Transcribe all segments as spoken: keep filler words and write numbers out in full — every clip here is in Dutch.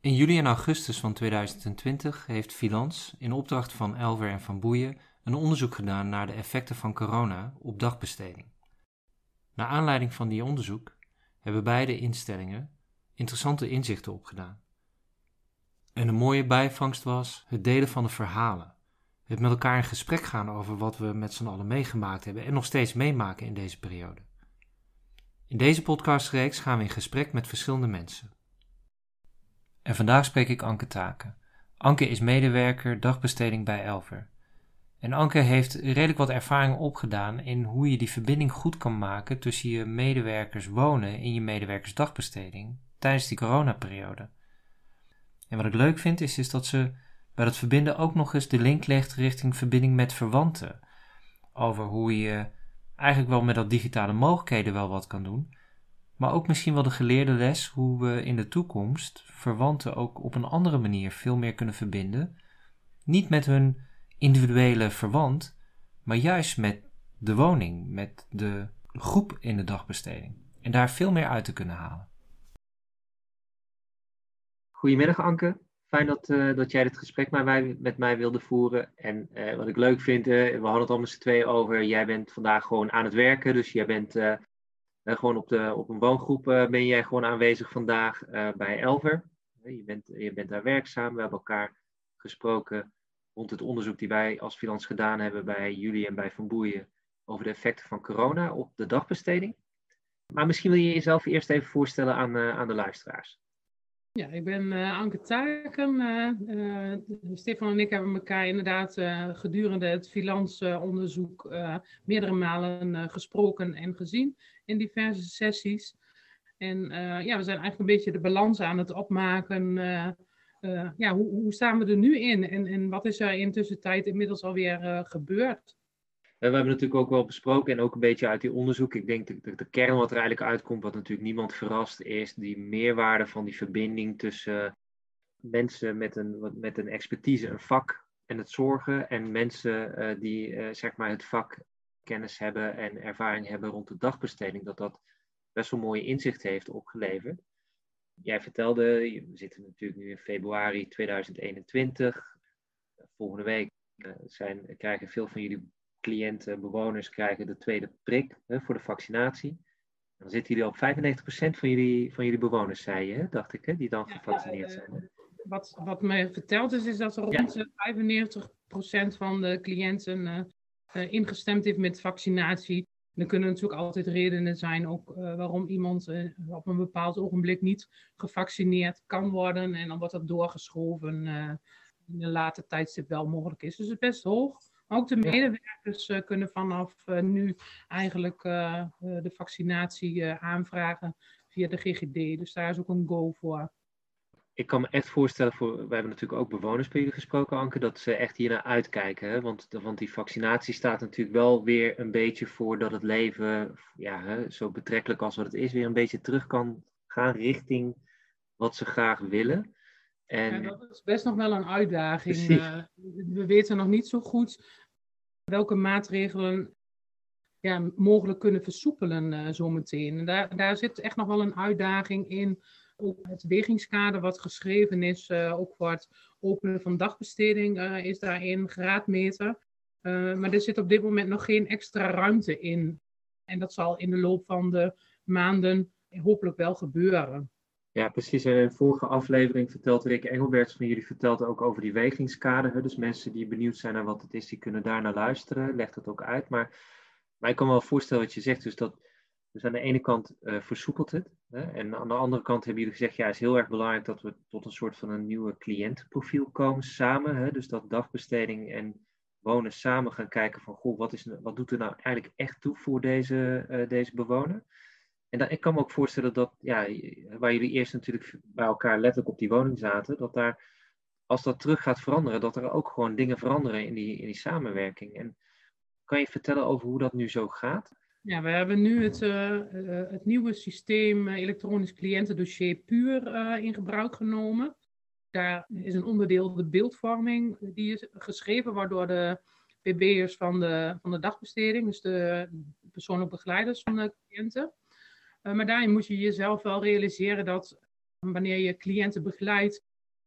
In juli en augustus van tweeduizend twintig heeft Filans in opdracht van Elver en Van Boeien een onderzoek gedaan naar de effecten van corona op dagbesteding. Naar aanleiding van die onderzoek hebben beide instellingen interessante inzichten opgedaan. En een mooie bijvangst was het delen van de verhalen. Het met elkaar in gesprek gaan over wat we met z'n allen meegemaakt hebben en nog steeds meemaken in deze periode. In deze podcastreeks gaan we in gesprek met verschillende mensen. En vandaag spreek ik Anke Taken. Anke is medewerker dagbesteding bij Elver. En Anke heeft redelijk wat ervaring opgedaan in hoe je die verbinding goed kan maken tussen je medewerkers wonen in je medewerkers dagbesteding tijdens die coronaperiode. En wat ik leuk vind is, is dat ze bij dat verbinden ook nog eens de link legt richting verbinding met verwanten. Over hoe je eigenlijk wel met dat digitale mogelijkheden wel wat kan doen. Maar ook misschien wel de geleerde les hoe we in de toekomst verwanten ook op een andere manier veel meer kunnen verbinden. Niet met hun individuele verwant, maar juist met de woning, met de groep in de dagbesteding. En daar veel meer uit te kunnen halen. Goedemiddag Anke, fijn dat, uh, dat jij dit gesprek met mij, met mij wilde voeren. En uh, wat ik leuk vind, uh, we hadden het al met z'n tweeën over, jij bent vandaag gewoon aan het werken, dus jij bent uh, uh, gewoon op, de, op een woongroep uh, ben jij gewoon aanwezig vandaag uh, bij Elver. Uh, je, bent, je bent daar werkzaam, we hebben elkaar gesproken rond het onderzoek die wij als Filans gedaan hebben bij jullie en bij Van Boeien over de effecten van corona op de dagbesteding. Maar misschien wil je jezelf eerst even voorstellen aan, uh, aan de luisteraars. Ja, ik ben uh, Anke Taken. Uh, uh, Stefan en ik hebben elkaar inderdaad uh, gedurende het Filans-onderzoek uh, meerdere malen uh, gesproken en gezien in diverse sessies. En uh, ja, we zijn eigenlijk een beetje de balans aan het opmaken. Uh, uh, ja, hoe, hoe staan we er nu in en, en wat is er in tussentijd inmiddels alweer uh, gebeurd? We hebben natuurlijk ook wel besproken en ook een beetje uit die onderzoek. Ik denk dat de, de kern wat er eigenlijk uitkomt, wat natuurlijk niemand verrast, is die meerwaarde van die verbinding tussen mensen met een, met een expertise, een vak en het zorgen en mensen uh, die uh, zeg maar het vak kennis hebben en ervaring hebben rond de dagbesteding, dat dat best wel mooie inzicht heeft opgeleverd. Jij vertelde, we zitten natuurlijk nu in februari tweeduizend eenentwintig. Volgende week uh, zijn, krijgen veel van jullie cliënten, bewoners krijgen de tweede prik hè, voor de vaccinatie. Dan zitten jullie op vijfennegentig procent van jullie, van jullie bewoners, zei je, hè, dacht ik, hè, die dan gevaccineerd zijn. Hè? Wat, wat mij verteld is, is dat er rond ja. vijfennegentig procent van de cliënten uh, uh, ingestemd heeft met vaccinatie. Er kunnen natuurlijk altijd redenen zijn ook uh, waarom iemand uh, op een bepaald ogenblik niet gevaccineerd kan worden. En dan wordt dat doorgeschoven uh, in een later tijdstip wel mogelijk is. Dus het is best hoog. Maar ook de medewerkers uh, kunnen vanaf uh, nu eigenlijk uh, uh, de vaccinatie uh, aanvragen via de G G D. Dus daar is ook een go voor. Ik kan me echt voorstellen, voor, we hebben natuurlijk ook bewoners bij jullie gesproken, Anke, dat ze echt hier naar uitkijken. Hè? Want, want die vaccinatie staat natuurlijk wel weer een beetje voor dat het leven, ja, hè, zo betrekkelijk als wat het is, weer een beetje terug kan gaan richting wat ze graag willen. En... Ja, dat is best nog wel een uitdaging. Uh, we weten nog niet zo goed welke maatregelen ja, mogelijk kunnen versoepelen uh, zometeen. En daar, daar zit echt nog wel een uitdaging in. Ook het wegingskader wat geschreven is, uh, ook voor het openen van dagbesteding, uh, is daarin graadmeter. Uh, maar er zit op dit moment nog geen extra ruimte in. En dat zal in de loop van de maanden hopelijk wel gebeuren. Ja, precies. En in de vorige aflevering vertelt Rick Engelberts van jullie vertelt ook over die wegingskader. Hè? Dus mensen die benieuwd zijn naar wat het is, die kunnen daar naar luisteren. Legt het ook uit. Maar, maar ik kan me wel voorstellen wat je zegt. Dus dat dus aan de ene kant uh, versoepelt het. Hè? En aan de andere kant hebben jullie gezegd, ja, het is heel erg belangrijk dat we tot een soort van een nieuwe cliëntenprofiel komen samen. Hè? Dus dat dagbesteding en wonen samen gaan kijken van, goh, wat, is, wat doet er nou eigenlijk echt toe voor deze, uh, deze bewoner? En dan, ik kan me ook voorstellen dat, ja, waar jullie eerst natuurlijk bij elkaar letterlijk op die woning zaten, dat daar, als dat terug gaat veranderen, dat er ook gewoon dingen veranderen in die, in die samenwerking. En kan je vertellen over hoe dat nu zo gaat? Ja, we hebben nu het, uh, uh, het nieuwe systeem uh, elektronisch cliëntendossier puur uh, in gebruik genomen. Daar is een onderdeel de beeldvorming, die is geschreven, waardoor de P B'ers van de, van de dagbesteding, dus de persoonlijke begeleiders van de cliënten, Uh, maar daarin moet je jezelf wel realiseren dat wanneer je cliënten begeleidt,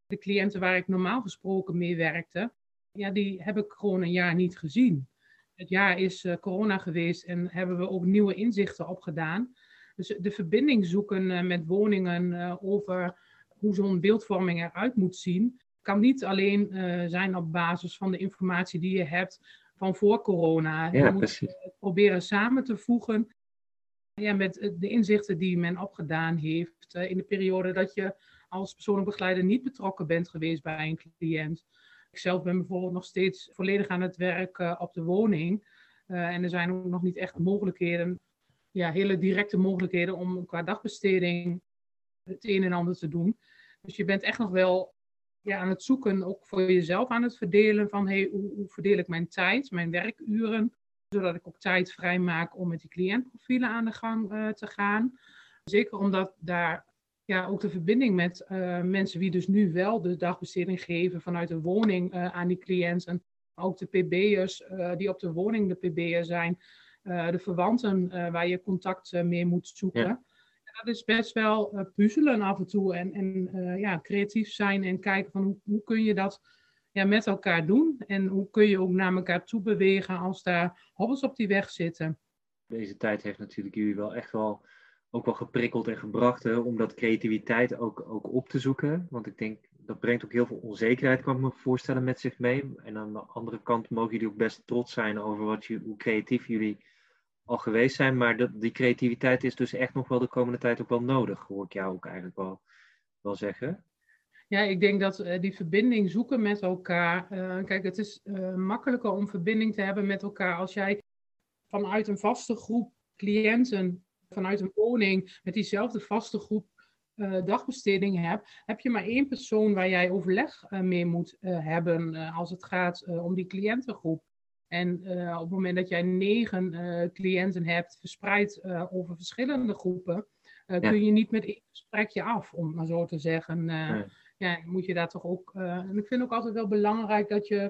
De cliënten waar ik normaal gesproken mee werkte, ja, die heb ik gewoon een jaar niet gezien. Het jaar is uh, corona geweest en hebben we ook nieuwe inzichten opgedaan. Dus de verbinding zoeken uh, met woningen uh, over hoe zo'n beeldvorming eruit moet zien, kan niet alleen uh, zijn op basis van de informatie die je hebt van voor corona. Ja, je moet precies. uh, proberen samen te voegen ja, met de inzichten die men opgedaan heeft uh, in de periode dat je als persoonlijk begeleider niet betrokken bent geweest bij een cliënt. Ik zelf ben bijvoorbeeld nog steeds volledig aan het werk uh, op de woning. Uh, en er zijn ook nog niet echt mogelijkheden, ja, hele directe mogelijkheden om qua dagbesteding het een en ander te doen. Dus je bent echt nog wel ja, aan het zoeken, ook voor jezelf aan het verdelen van hey, hoe, hoe verdeel ik mijn tijd, mijn werkuren, zodat ik ook tijd vrijmaak om met die cliëntprofielen aan de gang uh, te gaan. Zeker omdat daar ja, ook de verbinding met uh, mensen die dus nu wel de dagbesteding geven vanuit de woning uh, aan die cliënten. Ook de P B'ers uh, die op de woning de P B'er zijn. Uh, de verwanten uh, waar je contact uh, mee moet zoeken. Ja. Dat is best wel uh, puzzelen af en toe. En, en uh, ja, creatief zijn en kijken van hoe, hoe kun je dat ja, met elkaar doen. En hoe kun je ook naar elkaar toe bewegen als daar hobbels op die weg zitten. Deze tijd heeft natuurlijk jullie wel echt wel ook wel geprikkeld en gebracht hè, om dat creativiteit ook, ook op te zoeken. Want ik denk, dat brengt ook heel veel onzekerheid, kan ik me voorstellen, met zich mee. En aan de andere kant mogen jullie ook best trots zijn over wat je, hoe creatief jullie al geweest zijn. Maar dat, die creativiteit is dus echt nog wel de komende tijd ook wel nodig, hoor ik jou ook eigenlijk wel, wel zeggen. Ja, ik denk dat uh, die verbinding zoeken met elkaar. Uh, kijk, het is uh, makkelijker om verbinding te hebben met elkaar als jij vanuit een vaste groep cliënten, vanuit een woning, met diezelfde vaste groep uh, dagbesteding hebt, heb je maar één persoon waar jij overleg uh, mee moet uh, hebben uh, als het gaat uh, om die cliëntengroep. En uh, op het moment dat jij negen uh, cliënten hebt, verspreid uh, over verschillende groepen, uh, ja. kun je niet met één gesprekje af, om het maar zo te zeggen. Uh, nee. Ja, moet je daar toch ook... Uh, en ik vind ook altijd wel belangrijk dat je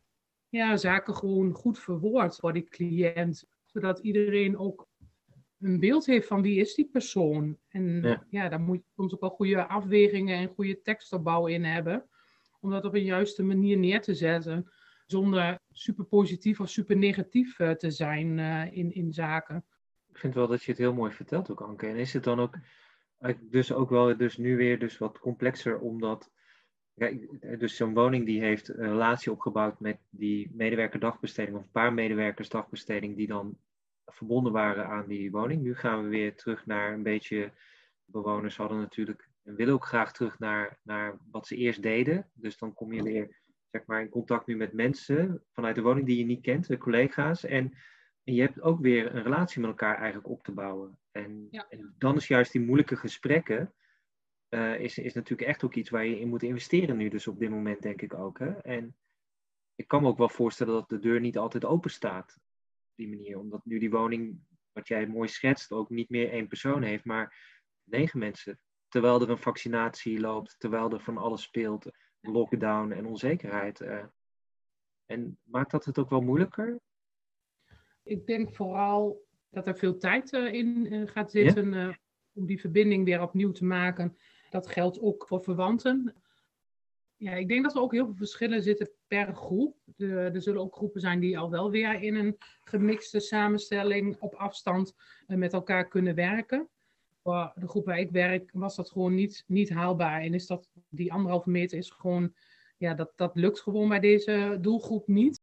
ja, zaken gewoon goed verwoordt voor die cliënt, zodat iedereen ook een beeld heeft van wie is die persoon. En ja, ja daar moet je soms ook wel goede afwegingen en goede tekstopbouw in hebben, om dat op een juiste manier neer te zetten, zonder super positief of super negatief uh, te zijn uh, in, in zaken. Ik vind wel dat je het heel mooi vertelt ook, Anke. En is het dan ook dus ook wel dus nu weer dus wat complexer, omdat ja, dus zo'n woning die heeft een relatie opgebouwd met die medewerker dagbesteding of een paar medewerkers dagbesteding die dan verbonden waren aan die woning. Nu gaan we weer terug naar een beetje, bewoners hadden natuurlijk en willen ook graag terug naar, naar wat ze eerst deden. Dus dan kom je weer zeg maar in contact nu met mensen vanuit de woning die je niet kent, de collega's. En, en je hebt ook weer een relatie met elkaar eigenlijk op te bouwen. En, ja. en dan is juist die moeilijke gesprekken Uh, is, is natuurlijk echt ook iets waar je in moet investeren nu, dus op dit moment denk ik ook. Hè? En ik kan me ook wel voorstellen dat de deur niet altijd open staat op die manier. Omdat nu die woning, wat jij mooi schetst, ook niet meer één persoon heeft, maar negen mensen. Terwijl er een vaccinatie loopt, terwijl er van alles speelt, lockdown en onzekerheid. Uh. En maakt dat het ook wel moeilijker? Ik denk vooral dat er veel tijd uh, in uh, gaat zitten yeah? uh, om die verbinding weer opnieuw te maken. Dat geldt ook voor verwanten. Ja, ik denk dat er ook heel veel verschillen zitten per groep. De, er zullen ook groepen zijn die al wel weer in een gemixte samenstelling op afstand uh, met elkaar kunnen werken. Voor de groep waar ik werk was dat gewoon niet, niet haalbaar. En is dat, die anderhalve meter is gewoon, ja, dat, dat lukt gewoon bij deze doelgroep niet.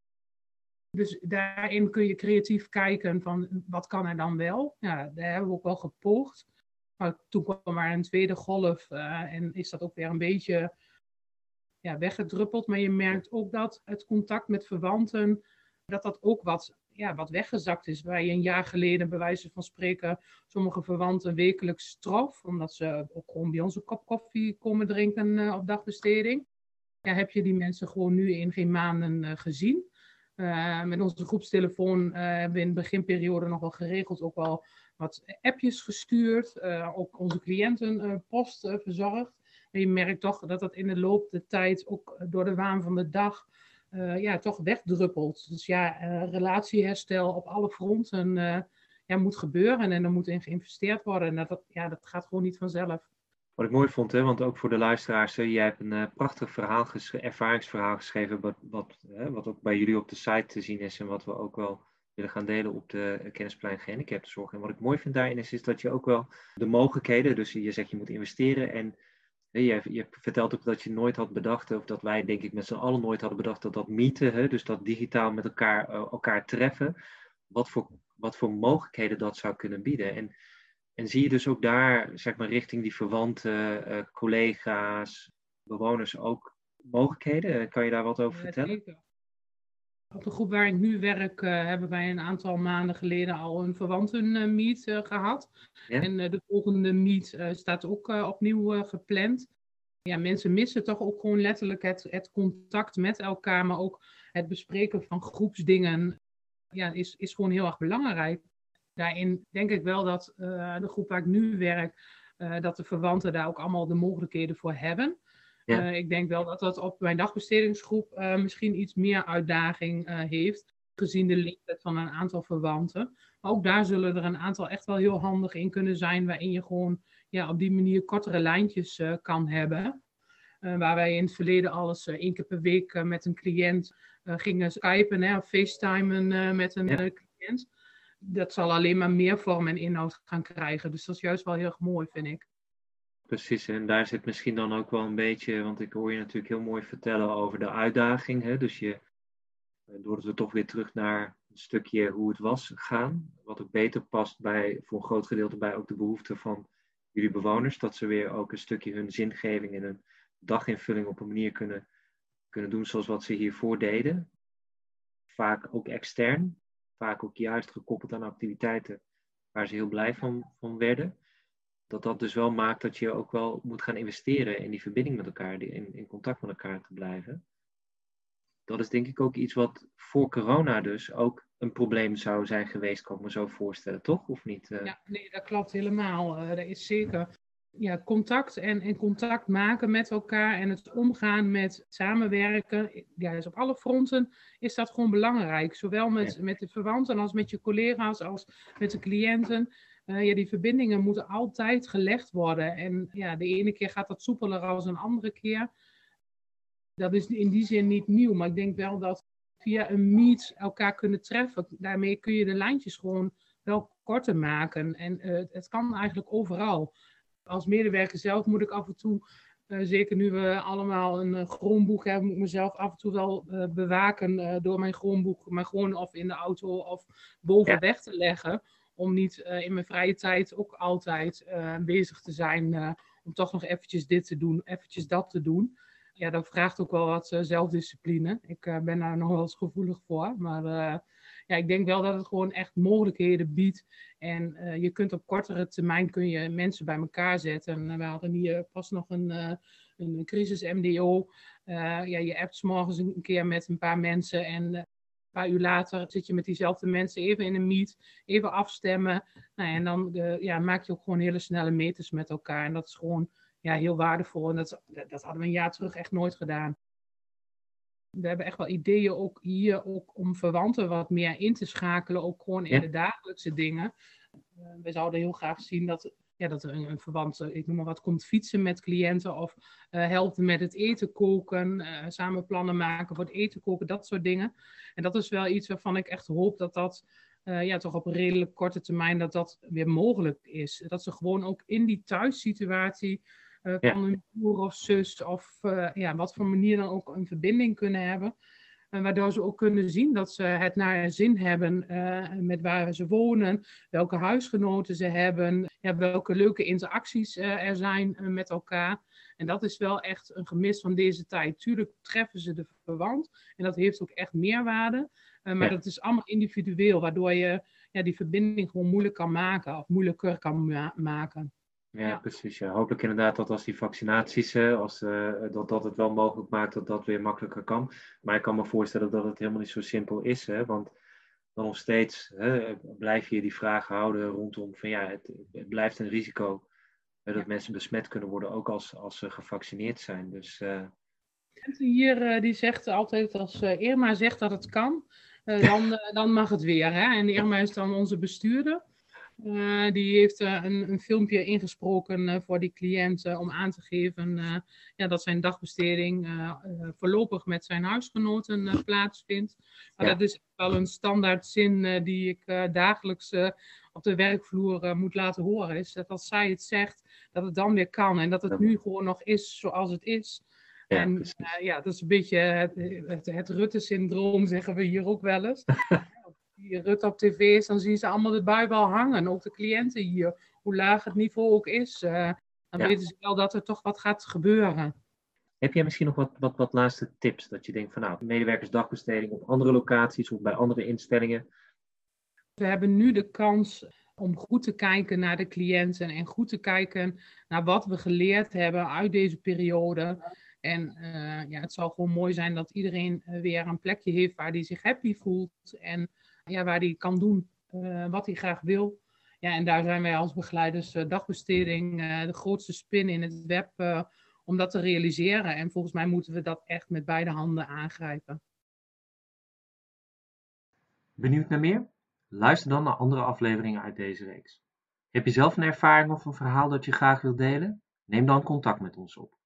Dus daarin kun je creatief kijken van wat kan er dan wel. Ja, daar hebben we ook wel gepoogd. Maar toen kwam er een tweede golf uh, en is dat ook weer een beetje ja, weggedruppeld. Maar je merkt ook dat het contact met verwanten, dat dat ook wat, ja, wat weggezakt is. Waar je een jaar geleden, bij wijze van spreken, sommige verwanten wekelijks trof. Omdat ze ook gewoon bij ons een kop koffie komen drinken uh, op dagbesteding. Ja, heb je die mensen gewoon nu in geen maanden uh, gezien. Uh, met onze groepstelefoon uh, hebben we in de beginperiode nog wel geregeld ook wel wat appjes gestuurd. Uh, ook onze cliënten uh, post uh, verzorgd. En je merkt toch dat dat in de loop der tijd ook door de waan van de dag uh, ja, toch wegdruppelt. Dus ja, uh, relatieherstel op alle fronten uh, ja, moet gebeuren en er moet in geïnvesteerd worden. En dat, ja, dat gaat gewoon niet vanzelf. Wat ik mooi vond, hè, want ook voor de luisteraars, hè, jij hebt een uh, prachtig verhaal geschreven, ervaringsverhaal geschreven, wat, wat, hè, wat ook bij jullie op de site te zien is en wat we ook wel willen gaan delen op de uh, Kennisplein Gehandicaptenzorg. En wat ik mooi vind daarin is, is dat je ook wel de mogelijkheden, dus je zegt je moet investeren en hè, je, je vertelt ook dat je nooit had bedacht, of dat wij denk ik met z'n allen nooit hadden bedacht, dat dat meeten, hè, dus dat digitaal met elkaar, uh, elkaar treffen, wat voor, wat voor mogelijkheden dat zou kunnen bieden. En En zie je dus ook daar, zeg maar, richting die verwanten, uh, collega's, bewoners ook mogelijkheden? Kan je daar wat over Ja, vertellen? zeker. Op de groep waar ik nu werk, uh, hebben wij een aantal maanden geleden al een verwanten-meet uh, gehad. Ja? En uh, de volgende meet uh, staat ook uh, opnieuw uh, gepland. Ja, mensen missen toch ook gewoon letterlijk het, het contact met elkaar, maar ook het bespreken van groepsdingen. Ja, is, is gewoon heel erg belangrijk. Daarin denk ik wel dat uh, de groep waar ik nu werk, uh, dat de verwanten daar ook allemaal de mogelijkheden voor hebben. Ja. Uh, ik denk wel dat dat op mijn dagbestedingsgroep uh, misschien iets meer uitdaging uh, heeft, gezien de leeftijd van een aantal verwanten. Maar ook daar zullen er een aantal echt wel heel handig in kunnen zijn, waarin je gewoon ja, op die manier kortere lijntjes uh, kan hebben. Uh, waar wij in het verleden alles uh, één keer per week uh, met een cliënt uh, gingen skypen hè, of facetimen uh, met een Ja. uh, cliënt. Dat zal alleen maar meer vorm en inhoud gaan krijgen. Dus dat is juist wel heel erg mooi, vind ik. Precies, en daar zit misschien dan ook wel een beetje, want ik hoor je natuurlijk heel mooi vertellen over de uitdaging. Hè? Dus je, doordat we toch weer terug naar een stukje hoe het was gaan, wat ook beter past bij, voor een groot gedeelte bij ook de behoeften van jullie bewoners, dat ze weer ook een stukje hun zingeving en hun daginvulling op een manier kunnen, kunnen doen zoals wat ze hiervoor deden. Vaak ook extern, vaak ook juist gekoppeld aan activiteiten waar ze heel blij van, van werden. Dat dat dus wel maakt dat je ook wel moet gaan investeren in die verbinding met elkaar, die in, in contact met elkaar te blijven. Dat is denk ik ook iets wat voor corona dus ook een probleem zou zijn geweest, kan ik me zo voorstellen, toch? Of niet? Ja, nee, dat klopt helemaal. Uh, dat is zeker ja, contact en, en contact maken met elkaar en het omgaan met samenwerken. Ja, dus op alle fronten is dat gewoon belangrijk. Zowel met, Ja. met de verwanten als met je collega's als met de cliënten. Uh, ja, die verbindingen moeten altijd gelegd worden. En ja, de ene keer gaat dat soepeler als een andere keer. Dat is in die zin niet nieuw, maar ik denk wel dat via een meet elkaar kunnen treffen. Daarmee kun je de lijntjes gewoon wel korter maken. En uh, het kan eigenlijk overal. Als medewerker zelf moet ik af en toe, uh, zeker nu we allemaal een uh, Chromebook hebben, moet ik mezelf af en toe wel uh, bewaken uh, door mijn Chromebook, maar gewoon of in de auto of boven Ja. weg te leggen. Om niet uh, in mijn vrije tijd ook altijd uh, bezig te zijn uh, om toch nog eventjes dit te doen, eventjes dat te doen. Ja, dat vraagt ook wel wat uh, zelfdiscipline. Ik uh, ben daar nog wel eens gevoelig voor. Maar uh, ja, ik denk wel dat het gewoon echt mogelijkheden biedt. En uh, je kunt op kortere termijn kun je mensen bij elkaar zetten. En we hadden hier pas nog een, uh, een crisis-M D O. Uh, ja, je appt 's morgens een keer met een paar mensen. En uh, een paar uur later zit je met diezelfde mensen even in een meet. Even afstemmen. Nou, en dan uh, ja, maak je ook gewoon hele snelle meters met elkaar. En dat is gewoon... Ja, heel waardevol. En dat, dat hadden we een jaar terug echt nooit gedaan. We hebben echt wel ideeën ook hier ook om verwanten wat meer in te schakelen. Ook gewoon in Ja. de dagelijkse dingen. Uh, we zouden heel graag zien dat, ja, dat er een, een verwant, ik noem maar wat, komt fietsen met cliënten. Of uh, helpen met het eten koken. Uh, samen plannen maken voor het eten koken. Dat soort dingen. En dat is wel iets waarvan ik echt hoop dat dat... Uh, ja, toch op een redelijk korte termijn dat dat weer mogelijk is. Dat ze gewoon ook in die thuissituatie... Uh, Ja. van een broer of zus of uh, ja, wat voor manier dan ook een verbinding kunnen hebben. Uh, waardoor ze ook kunnen zien dat ze het naar zin hebben uh, met waar ze wonen, welke huisgenoten ze hebben, ja, welke leuke interacties uh, er zijn uh, met elkaar. En dat is wel echt een gemis van deze tijd. Tuurlijk treffen ze de verwant en dat heeft ook echt meerwaarde. Uh, maar Ja. dat is allemaal individueel, waardoor je ja, die verbinding gewoon moeilijk kan maken of moeilijker kan ma- maken. Ja, Ja. precies. Ja. Hopelijk inderdaad dat als die vaccinaties, uh, als, uh, dat dat het wel mogelijk maakt dat dat weer makkelijker kan. Maar ik kan me voorstellen dat het helemaal niet zo simpel is. Hè? Want dan nog steeds hè, blijf je die vraag houden rondom van ja, het, het blijft een risico hè, dat Ja. mensen besmet kunnen worden, ook als, als ze gevaccineerd zijn. Dus uh... hier uh, die zegt altijd als uh, Irma zegt dat het kan, uh, dan, uh, dan mag het weer. Hè? En Irma is dan onze bestuurder. Uh, die heeft uh, een, een filmpje ingesproken uh, voor die cliënt uh, om aan te geven uh, ja, dat zijn dagbesteding uh, uh, voorlopig met zijn huisgenoten uh, plaatsvindt. Maar ja. Dat is wel een standaard zin uh, die ik uh, dagelijks uh, op de werkvloer uh, moet laten horen. Is dat als zij het zegt, dat het dan weer kan en dat het nu gewoon nog is zoals het is. Ja, en uh, ja, dat is een beetje het, het, het Rutte-syndroom, zeggen we hier ook wel eens. Die Rutte op tv is, dan zien ze allemaal de Bijbel hangen. Ook de cliënten hier, hoe laag het niveau ook is. Uh, dan ja. weten ze wel dat er toch wat gaat gebeuren. Heb jij misschien nog wat, wat, wat laatste tips? Dat je denkt van nou, medewerkersdagbesteding op andere locaties of bij andere instellingen? We hebben nu de kans om goed te kijken naar de cliënten en goed te kijken naar wat we geleerd hebben uit deze periode. En uh, ja, het zal gewoon mooi zijn dat iedereen uh, weer een plekje heeft waar hij zich happy voelt en ja, waar hij kan doen uh, wat hij graag wil. Ja, en daar zijn wij als begeleiders uh, dagbesteding uh, de grootste spin in het web uh, om dat te realiseren. En volgens mij moeten we dat echt met beide handen aangrijpen. Benieuwd naar meer? Luister dan naar andere afleveringen uit deze reeks. Heb je zelf een ervaring of een verhaal dat je graag wilt delen? Neem dan contact met ons op.